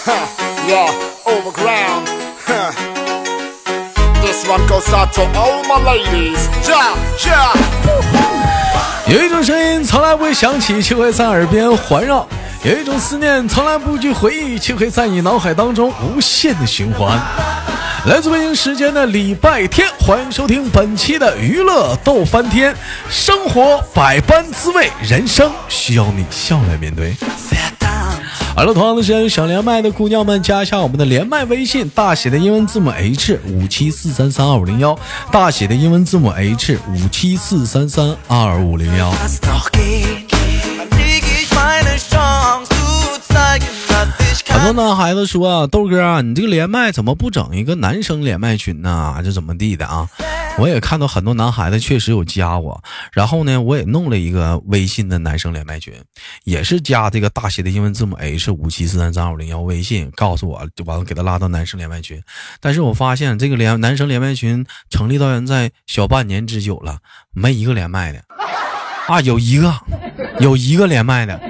Yeah, overground. This one goes out to all my ladies. Ja, ja. 有一种声音从来不会响起，却会在耳边环绕；有一种思念从来不去回忆，却会在你脑海当中无限的循环。来自北京时间的礼拜天，欢迎收听本期的娱乐逗翻天。生活百般滋味，人生需要你笑来面对。好了，同样的时间，想连麦的姑娘们加一下我们的连麦微信，大写的英文字母 H57433250，大写的英文字母 H57433250。很多男孩子说啊，豆哥啊，你这个连麦怎么不整一个男生连麦群呢？这怎么地的啊？我也看到很多男孩子确实有加我，然后呢，我也弄了一个微信的男生连麦群，也是加这个大写的英文字母 H57433250微信，告诉我就完了，给他拉到男生连麦群。但是我发现这个男生连麦群成立到现在小半年之久了，没一个连麦的啊，有一个连麦的。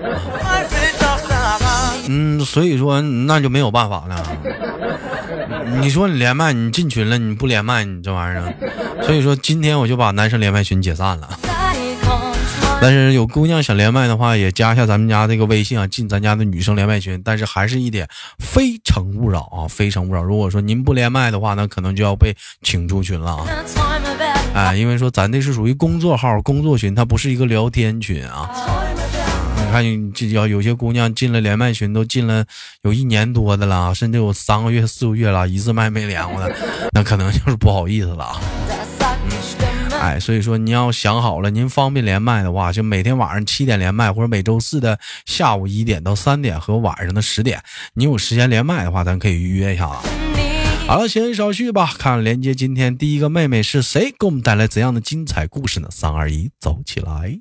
所以说那就没有办法了。你说你连麦，你进群了，你不连麦，你这玩意儿。所以说今天我就把男生连麦群解散了。但是有姑娘想连麦的话，也加一下咱们家这个微信啊，进咱家的女生连麦群。但是还是一点非诚勿扰啊，非诚勿扰。如果说您不连麦的话，那可能就要被请出群了啊。因为说咱这是属于工作号、工作群，它不是一个聊天群啊。你看，有些姑娘进了连麦群都进了有1年多的了，甚至有3个月、4个月了，一次麦没连过的，那可能就是不好意思了。所以说你要想好了，您方便连麦的话，就每天晚上7点连麦，或者每周4的下午1点到3点和晚上的10点，你有时间连麦的话，咱可以预约一下啊。好了，闲言少叙吧，看连接今天第一个妹妹是谁，给我们带来怎样的精彩故事呢？3、2、1，走起来！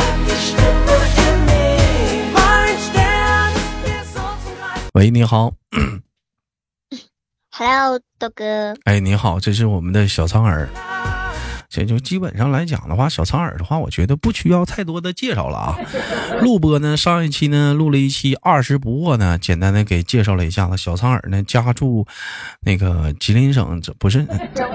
喂，你好。 Hello， 豆哥。 你好，这是我们的小苍耳。这就基本上来讲的话，小苍耳的话，我觉得不需要太多的介绍了啊。录播呢，上一期呢录了一期20不惑呢，简单的给介绍了一下子。小苍耳呢家住那个吉林省，这不是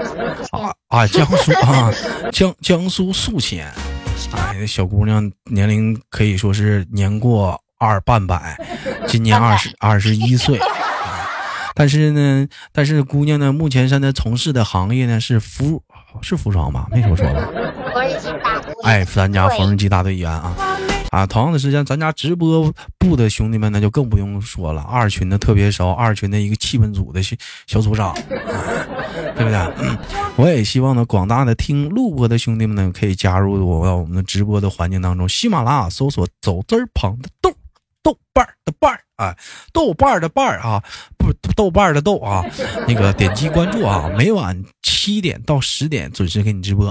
江苏宿迁。小姑娘年龄可以说是年过半百，今年21岁。但是姑娘呢，目前现在从事的行业呢是服装吧？没说错吧？咱家缝纫机大队员啊。同样的时间，咱家直播部的兄弟们呢就更不用说了，2群的特别熟，2群的一个气氛组的小组长，对不对？我也希望呢，广大的听录播的兄弟们呢，可以加入我们的直播的环境当中。喜马拉雅搜索走字旁的豆瓣的瓣豆瓣的瓣啊，不豆瓣的豆啊，那个点击关注啊，每晚7点到10点准时给你直播。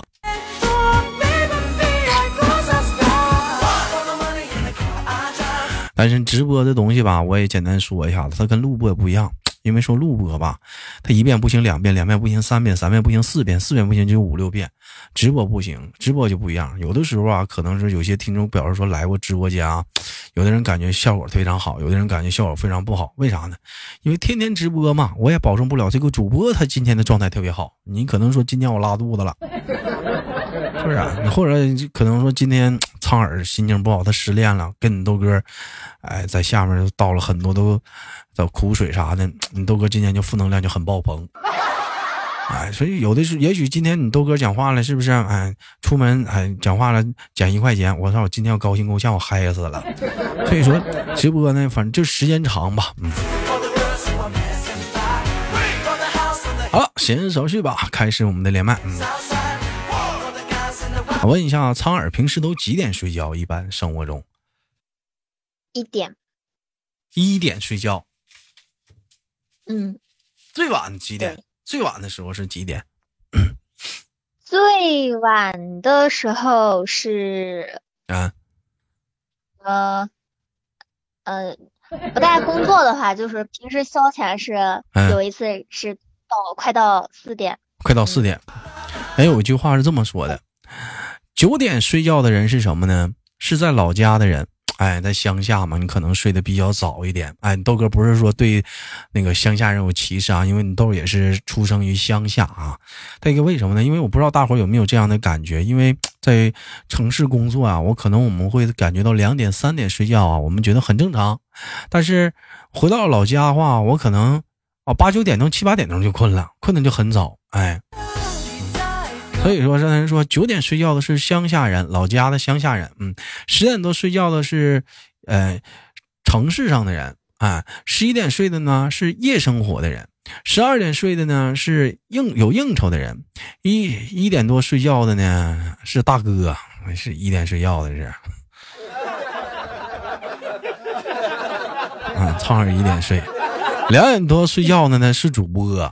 但是直播的东西吧，我也简单说一下子，它跟录播也不一样。因为说录播吧，它1遍不行2遍，2遍不行3遍，3遍不行4遍，4遍不行就5、6遍。直播不行，直播就不一样。有的时候啊，可能是有些听众表示说来过直播间啊，有的人感觉效果非常好，有的人感觉效果非常不好。为啥呢？因为天天直播嘛，我也保证不了这个主播他今天的状态特别好。你可能说今天我拉肚子了，是不是啊？你或者可能说今天苍耳心情不好，他失恋了，跟你豆哥在下面倒了很多都苦水啥的，你豆哥今天就负能量就很爆棚。所以有的是，也许今天你豆哥讲话了，是不是？出门讲话了减1块钱，我操，我今天要高兴够呛，我嗨死了。所以说直播呢，反正就时间长吧。好了，闲言少叙吧，开始我们的连麦。我问一下，苍耳平时都几点睡觉？一般生活中 1点。 1点睡觉。最晚几点？最晚的时候是几点？ 最晚的时候是不带工作的话，就是平时消遣是有一次是快到4点。 快到4点。有一句话是这么说的：9点睡觉的人是什么呢？是在老家的人在乡下嘛，你可能睡得比较早一点。豆哥不是说对那个乡下人有歧视啊，因为你豆也是出生于乡下啊。再一个为什么呢？因为我不知道大伙有没有这样的感觉，因为在城市工作啊，我们会感觉到2点3点睡觉啊，我们觉得很正常。但是回到老家的话，我可能8、9点钟、7、8点钟就困了，困的就很早。所以说让人说9点睡觉的是乡下人，老家的乡下人，10点多睡觉的是城市上的人，11点睡的呢是夜生活的人，12点睡的呢是有应酬的人，1点多睡觉的呢是大哥，是1点睡觉的是苍耳1点睡，2点多睡觉的呢是主播，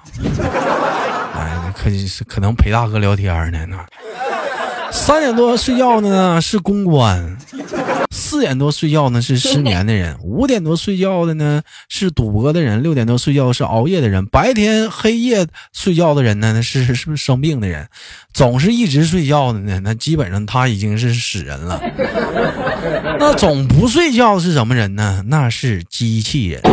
可能陪大哥聊天呢。3点多睡觉的呢是公关，4点多睡觉呢是失眠的人，5点多睡觉的呢是赌博的人，6点多睡觉是熬夜的人，白天黑夜睡觉的人呢是不是生病的人，总是一直睡觉的呢，那基本上他已经是死人了。那总不睡觉是什么人呢？那是机器人。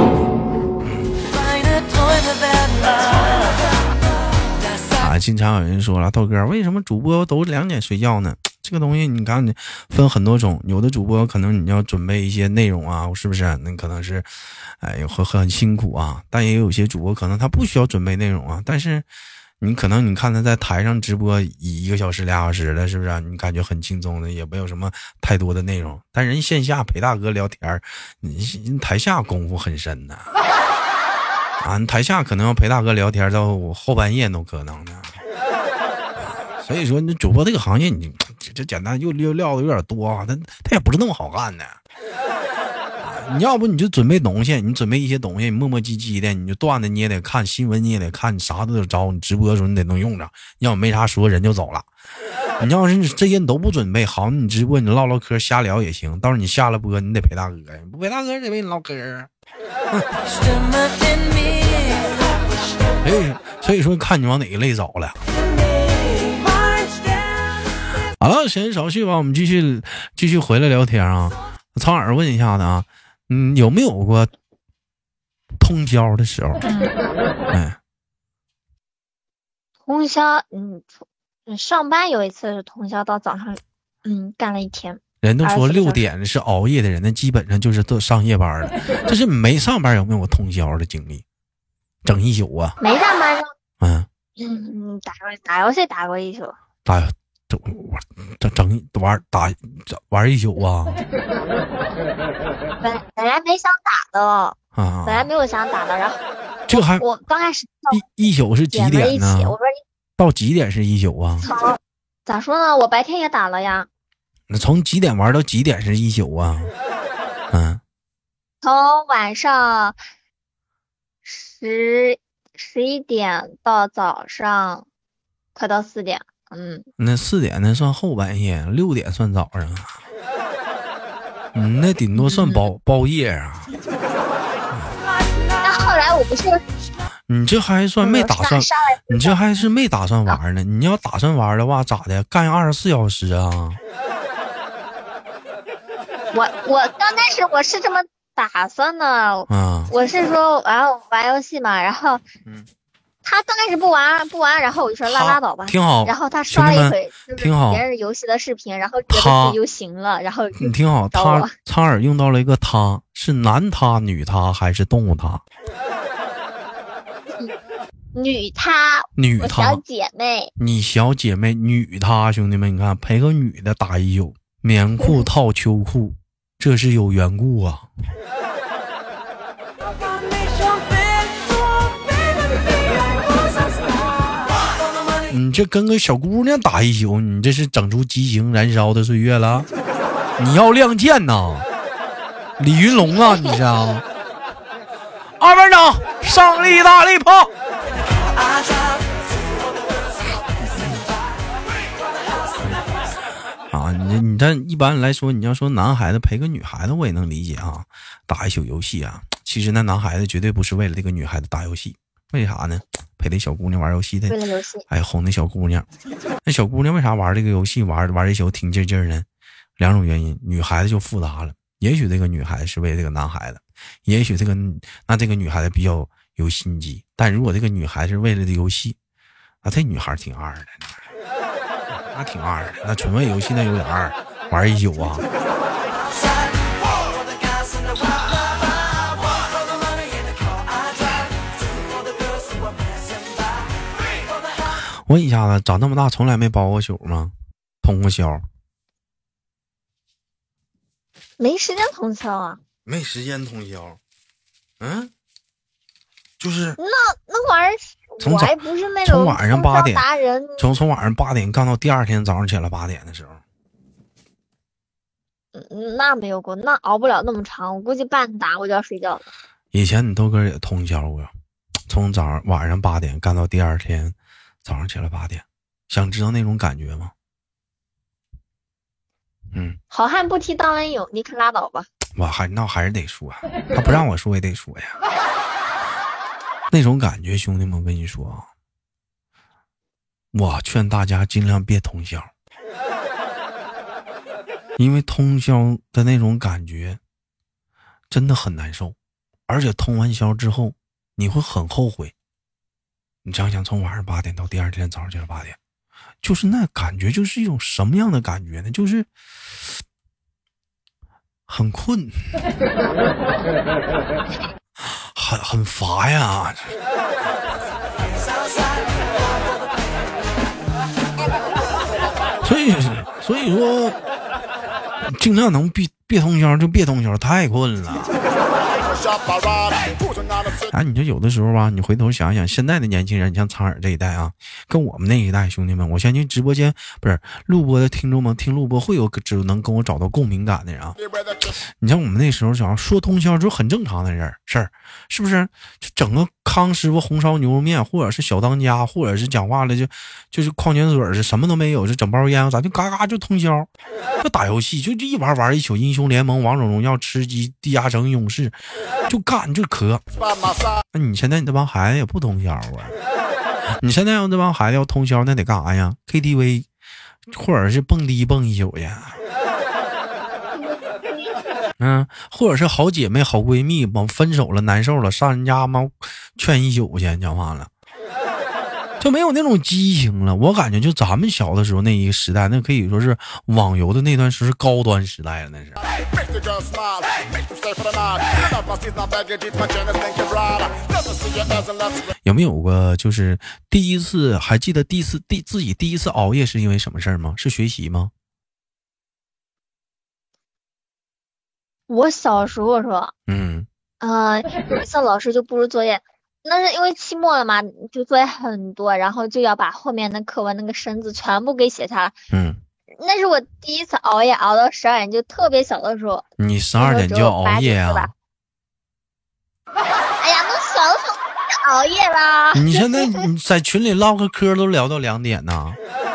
经常有人说了，豆哥为什么主播都2点睡觉呢？这个东西你看分很多种，有的主播可能你要准备一些内容啊，是不是？那可能是很辛苦啊，但也有些主播可能他不需要准备内容啊，但是你看他在台上直播1个小时2小时的，是不是你感觉很轻松的，也没有什么太多的内容，但人线下陪大哥聊天，你台下功夫很深呢。台下可能要陪大哥聊天到后半夜都可能的。所以说你主播这个行业你这简单又料的有点多啊，他也不是那么好干的。你要不你就准备东西，你准备一些东西，你磨磨唧唧的，你就段子你也得看，新闻你也得看，你啥都得招，你直播的时候你得能用着，要没啥说人就走了。你要是这些你都不准备好，你直播你唠唠嗑瞎聊也行，到时候你下了播你得陪大哥，你不陪大哥得陪你唠嗑。所以说看你往哪个类找了。好了，闲言少叙吧，我们继续回来聊天啊。苍耳问一下子啊，有没有过通宵的时候？ 通宵，上班有一次是通宵到早上，干了一天。 人都说6点是熬夜的人，那基本上就是都上夜班了。就是没上班有没有通宵的经历？整一宿啊？ 没上班就打游戏打过一宿。玩一宿啊？本来没想打的本来没有想打的，然后这还我刚开始一宿是几点呢？我说到几点是一宿啊？ 咋说呢？我白天也打了呀。 那从几点玩到几点是一宿啊？ 从晚上11点到早上快到4点。 那4点那算后半夜，6点算早上啊。那顶多算包夜啊。 那后来我不是， 你这还算没打算，你这还是没打算玩呢。你要打算玩的话，咋的？干24小时啊？ 我刚开始我是这么打算的，我是说玩游戏嘛，然后他刚开始不玩，然后我就说拉倒吧， 挺好。 然后他刷了一会， 挺好， 别人游戏的视频，然后觉得自己就行了，然后你挺好。他苍耳用到了一个他，是男他、女他还是动物他？ 女他，小姐妹， 你小姐妹女他，兄弟们，你看陪个女的打一宿，棉裤套秋裤，这是有缘故啊。你这跟个小姑娘打一宿，你这是整出激情燃烧的岁月了？你要亮剑呐，李云龙啊，你是啊？2班长上力大力炮。你这一般来说，你要说男孩子陪个女孩子，我也能理解啊，打一宿游戏啊。其实那男孩子绝对不是为了这个女孩子打游戏，为啥呢？陪那小姑娘玩游戏的， 为了游戏， 哄那小姑娘。那小姑娘为啥玩这个游戏玩一宿挺劲劲呢？2种原因，女孩子就复杂了。 也许这个女孩子是为这个男孩子，也许这个女孩子比较有心机，但如果这个女孩子是为了这游戏，这女孩挺二的，那挺二的，那纯为游戏那有点二，玩一宿啊。问一下子，长这么大从来没包过宿吗？通过宵？ 没时间通宵啊。 没时间通宵。就是那玩意儿，我还不是那种从晚上8点达人， 从晚上8点干到第二天早上起来8点的时候。 那没有过，那熬不了那么长，我估计半打我就要睡觉了。 以前你豆哥也通宵过，从晚上8点干到第二天早上起来8点，想知道那种感觉吗？ 好汉不提当年勇，你可拉倒吧。 那还是得说，他不让我说也得说呀。那种感觉，兄弟们，我跟你说啊，我劝大家尽量别通宵，因为通宵的那种感觉真的很难受，而且通完宵之后你会很后悔。你想想，从晚上8点到第二天早上起来8点，就是那感觉，就是一种什么样的感觉呢？就是很困，很乏呀。所以说，尽量能别通宵就别通宵，太困了。你就有的时候吧，你回头想想，现在的年轻人，你像苍耳这一代啊，跟我们那一代兄弟们，我相信直播间不是录播的听众们听录播会有只能跟我找到共鸣感的人啊。你像我们那时候想说通宵就很正常的事儿，是不是？就整个康师傅红烧牛肉面，或者是小当家，或者是讲话了就是矿泉水是什么都没有，是整包烟，咱就嘎嘎就通宵，就打游戏，就一玩一宿，英雄联盟、王者荣耀、吃鸡、地下城、勇士，就干就咳。那你现在你这帮孩子也不通宵啊？你现在要这帮孩子要通宵，那得干啥呀 ？KTV， 或者是蹦迪蹦一宿呀。或者是好姐妹好闺蜜分手了难受了，上人家劝一宿去，讲话了，就没有那种激情了。我感觉就咱们小的时候那一个时代，那可以说是网游的那段时是高端时代了，那是。有没有过就是第一次还记得自己第一次熬夜是因为什么事儿吗？是学习吗？ 我小时候说，有一次老师就布置作业，那是因为期末了嘛，就作业很多，然后就要把后面的课文那个生字全部给写下来。那是我第一次熬夜熬到12点，就特别小的时候。你 12点就熬夜啊？ 哎呀，那小的时候就熬夜啦。 你现在你在群里唠个嗑都聊到2点呢。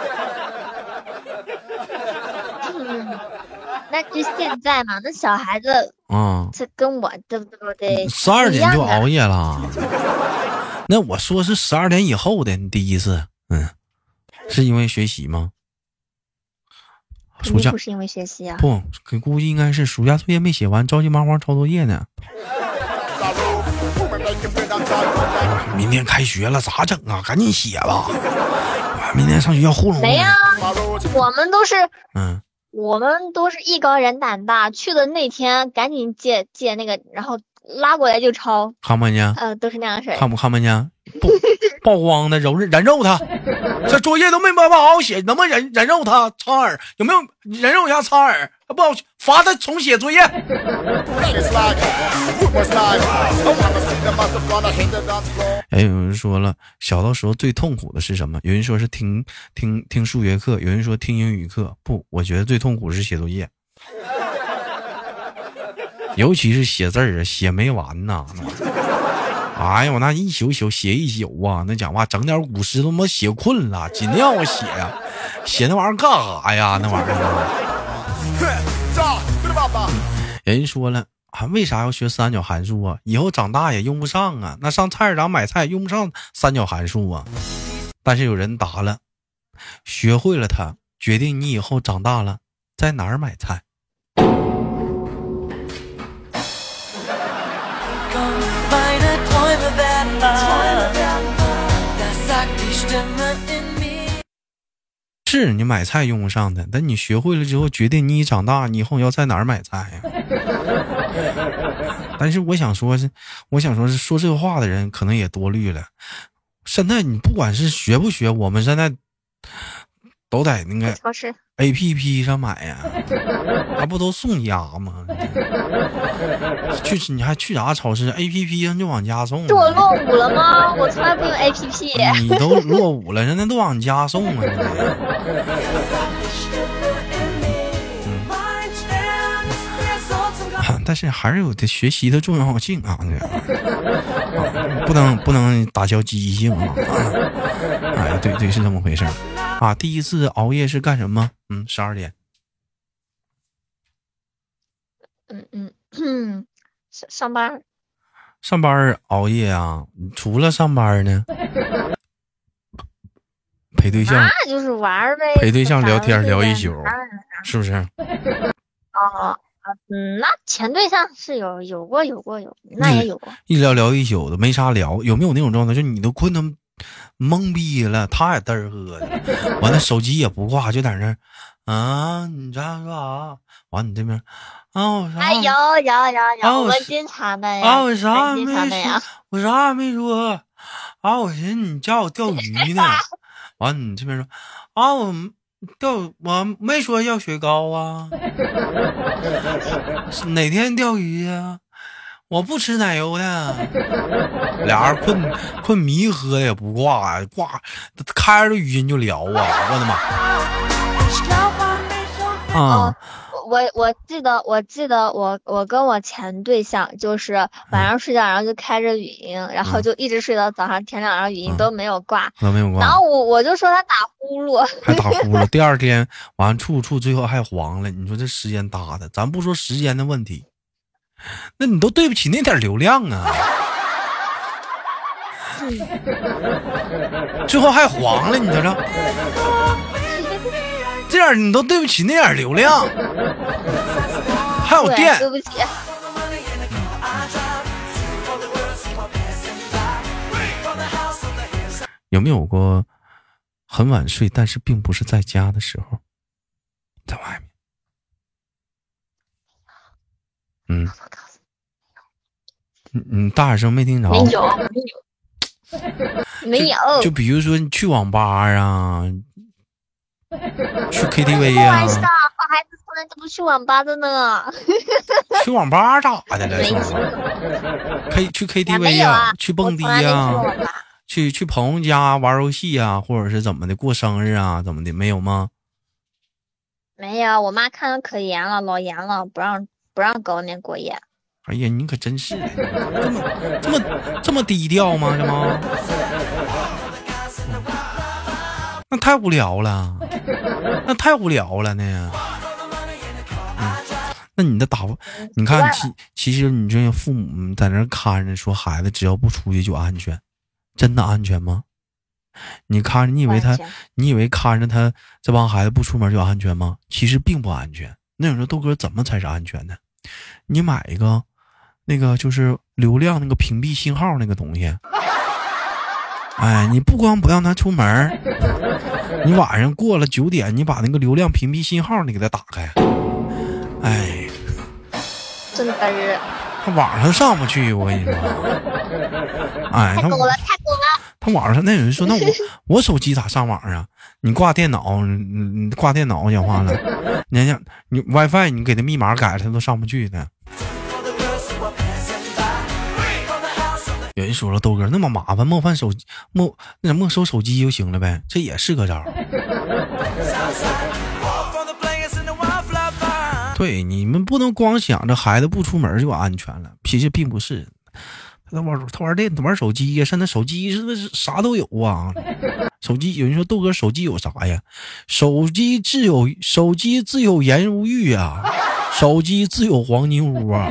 那就现在嘛，那小孩子，这跟我对不对 ？12点就熬夜了。那我说是12点以后的你第一次，是因为学习吗？ 暑假不是因为学习啊？ 不，估计应该是暑假作业没写完，着急忙慌抄作业呢。明天开学了咋整啊？赶紧写吧，明天上学校糊弄。 没啊，我们都是我们都是艺高人胆大，去的那天赶紧借那个，然后拉过来就抄。 看不见？ 都是那样的事儿。 看不见？不曝光的人肉他，这作业都没办法好好写，能不能人肉他？苍耳有没有人肉一下苍耳？不好罚他重写作业。有人说了，小的时候最痛苦的是什么？有人说是听数学课，有人说听英语课。不，我觉得最痛苦是写作业，尤其是写字儿，写没完呐。哎呀，我那一宿写一宿啊，那讲话整点古诗都他妈写困了，尽量我写呀，写那玩意儿干啥呀？那玩意儿。人说了，为啥要学三角函数啊？以后长大也用不上啊。那上菜市场买菜用不上三角函数啊。但是有人答了，学会了它，决定你以后长大了在哪儿买菜。 是你买菜用不上的，但你学会了之后，决定你长大，你以后要在哪儿买菜呀？但是我想说是说这个话的人可能也多虑了。现在你不管是学不学，我们现在都在那个 APP 上买呀，还不都送家吗？你还去啥超市 ？APP 上就往家送。 是我落伍了吗？我从来不用 APP。 你都落伍了，人家都往家送啊！但是还是有的学习的重要性啊，不能打消积极性啊！哎，对，是这么回事啊！第一次熬夜是干什么？12点。 上班。 上班熬夜啊？除了上班呢？陪对象。 那就是玩呗。 陪对象聊天聊一宿，是不是？ 那前对象是有过，那也有过。 一聊一宿的，没啥聊。有没有那种状态，就你都困得懵逼了，他也嘚儿喝的，完了手机也不挂，就在那啊，你这样说啥？完你这边啊，我啥？ 有，我们经常的呀。 啊，我啥也没说啊，我寻思你叫我钓鱼呢。完你这边说啊，我没说要雪糕啊。哪天钓鱼啊？我不吃奶油的。俩人困迷喝也不挂开着语音就聊啊，我的妈啊！ 我记得我跟我前对象就是晚上睡觉，然后就开着语音，然后就一直睡到早上天亮，然后语音都没有挂。然后我就说他打呼噜， 还打呼噜。第二天完处最后还黄了。你说这时间搭的，咱不说时间的问题，那你都对不起那点流量啊！最后还黄了，你瞅瞅。这样你都对不起那点流量，还有电。 对不起。 有没有过很晚睡，但是并不是在家的时候，在外面？你大点声，没听着。 没有。 就比如说你去网吧啊。去 KTV 呀、 好孩子从来都不去网吧的呢。 去网吧咋的了？可以去 KTV 呀、去蹦迪呀、去朋友家玩游戏呀、或者是怎么的过生日啊，怎么的没有吗？ 没有，我妈看的可严了，老严了，不让搁外面过夜。 哎呀，你可真是这么低调吗？这吗？那太无聊了，呢。那你的你看，其实你这父母在那看着说，孩子只要不出去就安全，真的安全吗？你看着，你以为看着他这帮孩子不出门就安全吗？其实并不安全。那你说豆哥怎么才是安全的？你买一个那个就是流量那个屏蔽信号那个东西。哎，你不光不让他出门，你晚上过了9点，你把那个流量屏蔽信号你给他打开。哎， 真的， 他网上上不去，我跟你说。哎， 太狗了。 他网上那有人说，那我手机咋上网啊？你挂电脑讲话了，你 WiFi 你给他密码改了，他都上不去的。有人说了，豆哥那么麻烦，没收手机就行了呗，这也是个招。对，你们不能光想着孩子不出门就安全了，其实并不是。他玩手机呀，现在手机是不是啥都有啊？手机有人说豆哥手机有啥呀？手机自有颜如玉啊，手机自有黄金屋啊。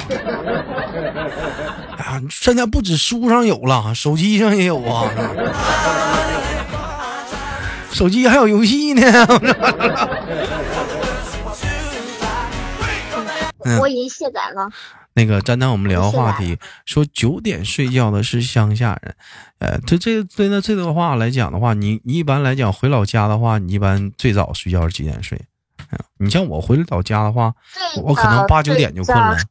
啊，现在不止书上有了，手机上也有啊。手机还有游戏呢。 我已经卸载了。 那个詹丹，我们聊话题说9点睡觉的是乡下人，这个话来讲的话，你一般来讲回老家的话，你一般最早睡觉是几点睡？你像我回老家的话，我可能8、9点就困了。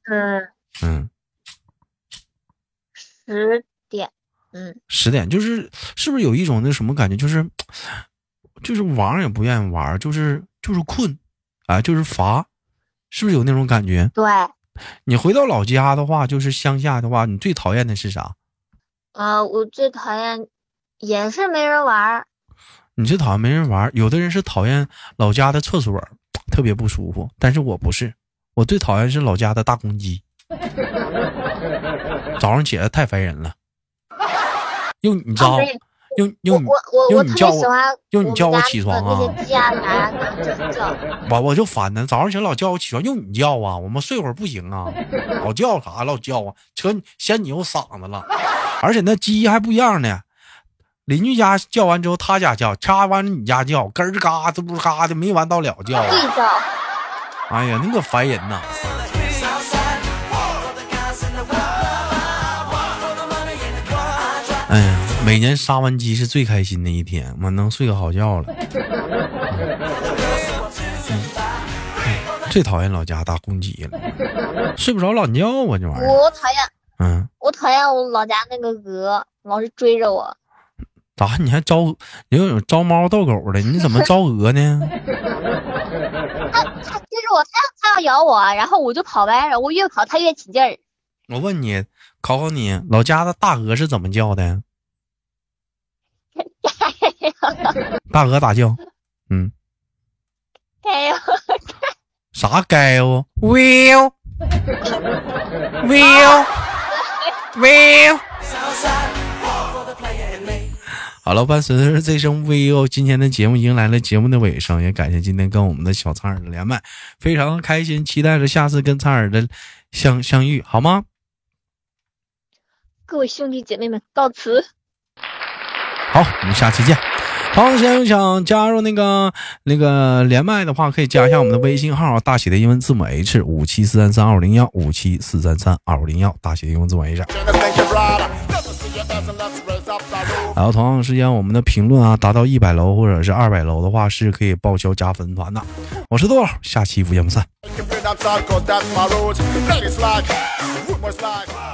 10点 ，10点是不是有一种那什么感觉，就是玩也不愿意玩，就是困，就是乏，是不是有那种感觉？ 对。 你回到老家的话，就是乡下的话，你最讨厌的是啥？ 我最讨厌也是没人玩。 你最讨厌没人玩，有的人是讨厌老家的厕所特别不舒服，但是我不是，我最讨厌是老家的大公鸡。早上起来太烦人了，用你知道，用你叫我，用你叫我起床啊！ 那些鸡啊啥叫， 我就烦呢。早上起来老叫我起床，用你叫啊！我们睡会儿不行啊，老叫啥老叫啊，嫌你有嗓子了。而且那鸡还不一样呢，邻居家叫完之后他家叫，掐完你家叫，咯吱嘎吱不嘎的没完到了叫。哎呀，那个烦人呐！哎呀，每年杀完鸡是最开心的一天，我能睡个好觉了。最讨厌老家大公鸡了，睡不着懒觉啊，这玩意儿。 我讨厌，我讨厌我老家那个鹅，老是追着我。 咋？你还你有招猫逗狗的？你怎么招鹅呢？ 他追着我，他要咬我，然后我就跑呗，我越跑他越起劲儿。 我问你，考你，老家的大鹅是怎么叫的？大鹅咋叫？ 该哟。 啥该哟 ？Will。好了，伴随着这声 Will， 今天的节目迎来了节目的尾声，也感谢今天跟我们的小苍耳的连麦，非常开心，期待着下次跟苍耳的相遇，好吗？ 各位兄弟姐妹们，到此。 好，我们下期见。好，想加入那个连麦的话，可以加一下我们的微信号，大写的英文字母 H574332501，574332501，大写的英文字母 H。然后同样时间，我们的评论啊达到100楼或者是200楼的话，是可以报销加粉团的。我是豆，下期不见不散。